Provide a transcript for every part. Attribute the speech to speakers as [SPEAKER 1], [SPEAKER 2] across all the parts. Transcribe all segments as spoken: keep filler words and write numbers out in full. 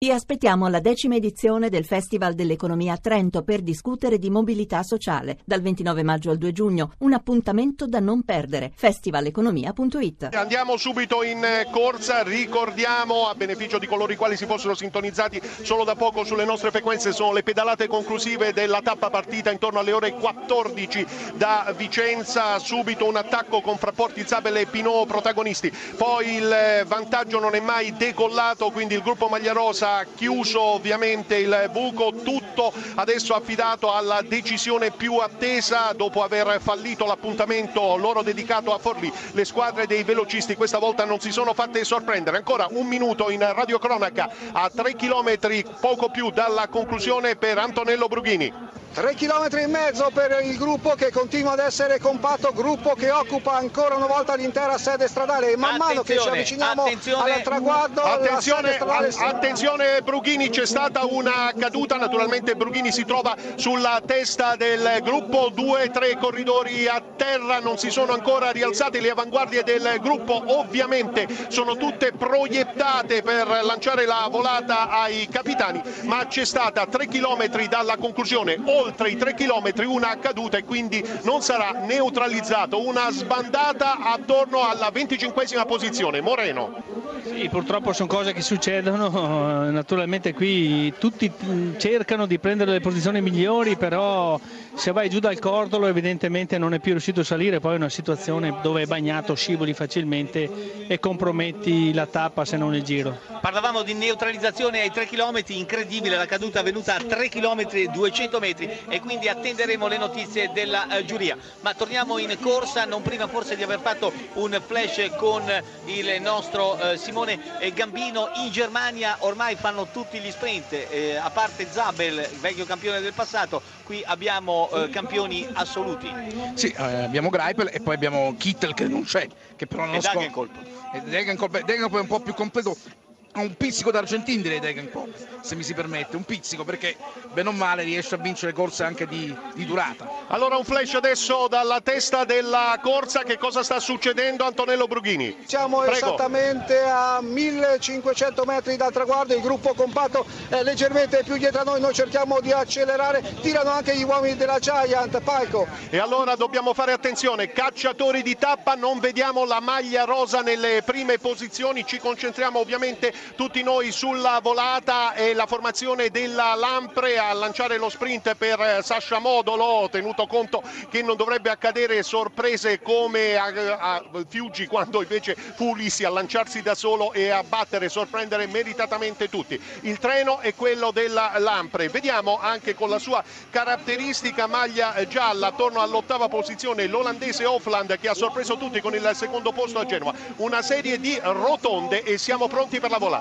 [SPEAKER 1] Vi aspettiamo alla decima edizione del Festival dell'Economia a Trento per discutere di mobilità sociale. Dal ventinove maggio al due giugno, un appuntamento da non perdere. festivaleconomia punto it.
[SPEAKER 2] Andiamo subito in corsa, ricordiamo a beneficio di coloro i quali si fossero sintonizzati solo da poco sulle nostre frequenze, sono le pedalate conclusive della tappa partita intorno alle ore quattordici da Vicenza. Subito un attacco con Frapporti, Zabel e Pinot protagonisti, poi il vantaggio non è mai decollato, quindi il gruppo Maglia Rosa ha chiuso ovviamente il buco, tutto adesso affidato alla decisione più attesa dopo aver fallito l'appuntamento loro dedicato a Forlì. Le squadre dei velocisti questa volta non si sono fatte sorprendere. Ancora un minuto in radiocronaca a tre chilometri poco più dalla conclusione per Antonello Brughini.
[SPEAKER 3] Tre chilometri e mezzo per il gruppo che continua ad essere compatto, gruppo che occupa ancora una volta l'intera sede stradale e man mano che ci avviciniamo al traguardo
[SPEAKER 2] attenzione,
[SPEAKER 3] stradale...
[SPEAKER 2] attenzione Brughini, c'è stata una caduta, naturalmente Brughini si trova sulla testa del gruppo, due tre corridori a terra non si sono ancora rialzati, le avanguardie del gruppo ovviamente sono tutte proiettate per lanciare la volata ai capitani, ma c'è stata tre chilometri dalla conclusione, oltre i tre chilometri, una caduta e quindi non sarà neutralizzato, una sbandata attorno alla venticinquesima posizione. Moreno.
[SPEAKER 4] Sì, purtroppo sono cose che succedono, naturalmente qui tutti cercano di prendere le posizioni migliori, però se vai giù dal cordolo evidentemente non è più riuscito a salire, poi è una situazione dove è bagnato, scivoli facilmente e comprometti la tappa se non il giro.
[SPEAKER 5] Parlavamo di neutralizzazione ai tre chilometri, incredibile la caduta avvenuta a tre chilometri e duecento metri e quindi attenderemo le notizie della uh, giuria. Ma torniamo in corsa, non prima forse di aver fatto un flash con il nostro uh, Simone Gambino. In Germania ormai fanno tutti gli sprint, eh, a parte Zabel, il vecchio campione del passato, qui abbiamo uh, campioni assoluti.
[SPEAKER 6] Sì, eh, abbiamo Greipel e poi abbiamo Kittel che non c'è, che però non
[SPEAKER 5] e Degenkolb.
[SPEAKER 6] Degenkolb è un po' più completo. Ha un pizzico d'Argentin direi Degenkolb, se mi si permette, un pizzico, perché bene o male riesce a vincere corse anche di, di durata.
[SPEAKER 2] Allora un flash adesso dalla testa della corsa, che cosa sta succedendo Antonello Brughini?
[SPEAKER 3] Siamo
[SPEAKER 2] Prego.
[SPEAKER 3] Esattamente a millecinquecento metri dal traguardo, il gruppo compatto è leggermente più dietro a noi, noi cerchiamo di accelerare, tirano anche gli uomini della Giant, Palco.
[SPEAKER 2] E allora dobbiamo fare attenzione, cacciatori di tappa, non vediamo la maglia rosa nelle prime posizioni, ci concentriamo ovviamente tutti noi sulla volata e la formazione della Lampre a lanciare lo sprint per Sasha Modolo, tenuto conto che non dovrebbe accadere sorprese come a, a Fiuggi quando invece fu Ulissi a lanciarsi da solo e a battere, sorprendere meritatamente tutti. Il treno è quello della Lampre, vediamo anche con la sua caratteristica maglia gialla attorno all'ottava posizione l'olandese Hofland che ha sorpreso tutti con il secondo posto a Genova, una serie di rotonde e siamo pronti per la volata.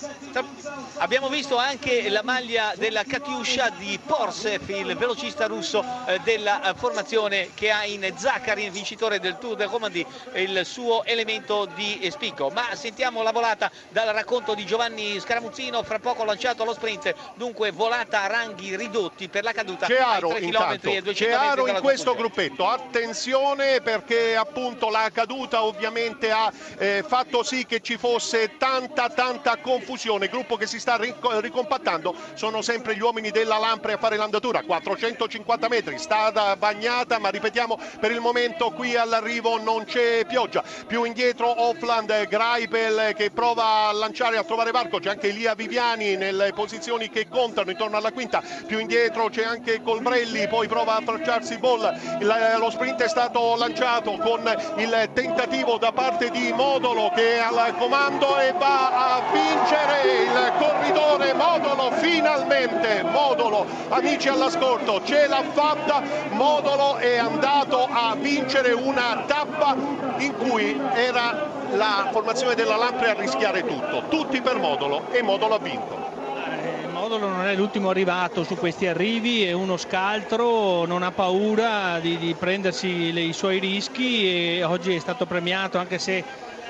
[SPEAKER 5] Abbiamo visto anche la maglia della Katiusha di Porsev, il velocista russo eh, della eh, formazione che ha in Zaccarin, vincitore del Tour de Romandie, il suo elemento di eh, spicco. Ma sentiamo la volata dal racconto di Giovanni Scaramuzzino, fra poco lanciato allo sprint, dunque volata a ranghi ridotti per la caduta
[SPEAKER 2] Chiaro,
[SPEAKER 5] ai tre chilometri e duecento
[SPEAKER 2] chiaro
[SPEAKER 5] metri
[SPEAKER 2] in questo gruppetto, attenzione perché appunto la caduta ovviamente ha eh, fatto sì che ci fosse tanta tanta confusione, gruppo che si sta ricompattando, sono sempre gli uomini della Lampre a fare l'andatura, quattrocentocinquanta metri, strada bagnata, ma ripetiamo per il momento qui all'arrivo non c'è pioggia, più indietro Hofland, Greipel che prova a lanciare, a trovare varco, c'è anche Elia Viviani nelle posizioni che contano intorno alla quinta, più indietro c'è anche Colbrelli, poi prova a tracciarsi Boll, il, lo sprint è stato lanciato con il tentativo da parte di Modolo che è al comando e va a vincere il corridore Modolo, finalmente Modolo, amici all'ascolto, ce l'ha fatta, Modolo è andato a vincere una tappa in cui era la formazione della Lampre a rischiare tutto, tutti per Modolo e Modolo ha vinto.
[SPEAKER 4] Modolo non è l'ultimo arrivato su questi arrivi, è uno scaltro, non ha paura di, di prendersi le, i suoi rischi e oggi è stato premiato, anche se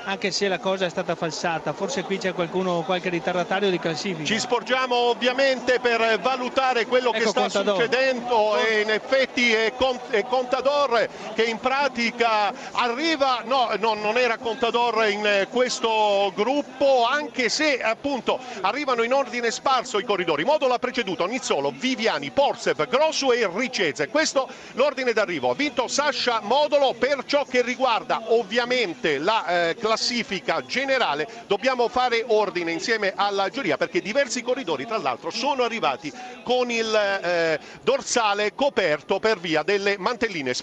[SPEAKER 4] anche se la cosa è stata falsata. Forse qui c'è qualcuno, qualche ritardatario di classifica.
[SPEAKER 2] Ci sporgiamo ovviamente per valutare quello ecco che sta Contador. succedendo e in effetti è, Cont- è Contador che in pratica arriva, no, no non era Contador in questo gruppo, anche se appunto arrivano in ordine sparso i corridori. Modulo ha preceduto Nizzolo, Viviani, Porsev, Grosso e Riceze. Questo l'ordine d'arrivo. Ha vinto Sasha Modulo. Per ciò che riguarda ovviamente la eh, classifica generale dobbiamo fare ordine insieme alla giuria, perché diversi corridori tra l'altro sono arrivati con il eh, dorsale coperto per via delle mantelline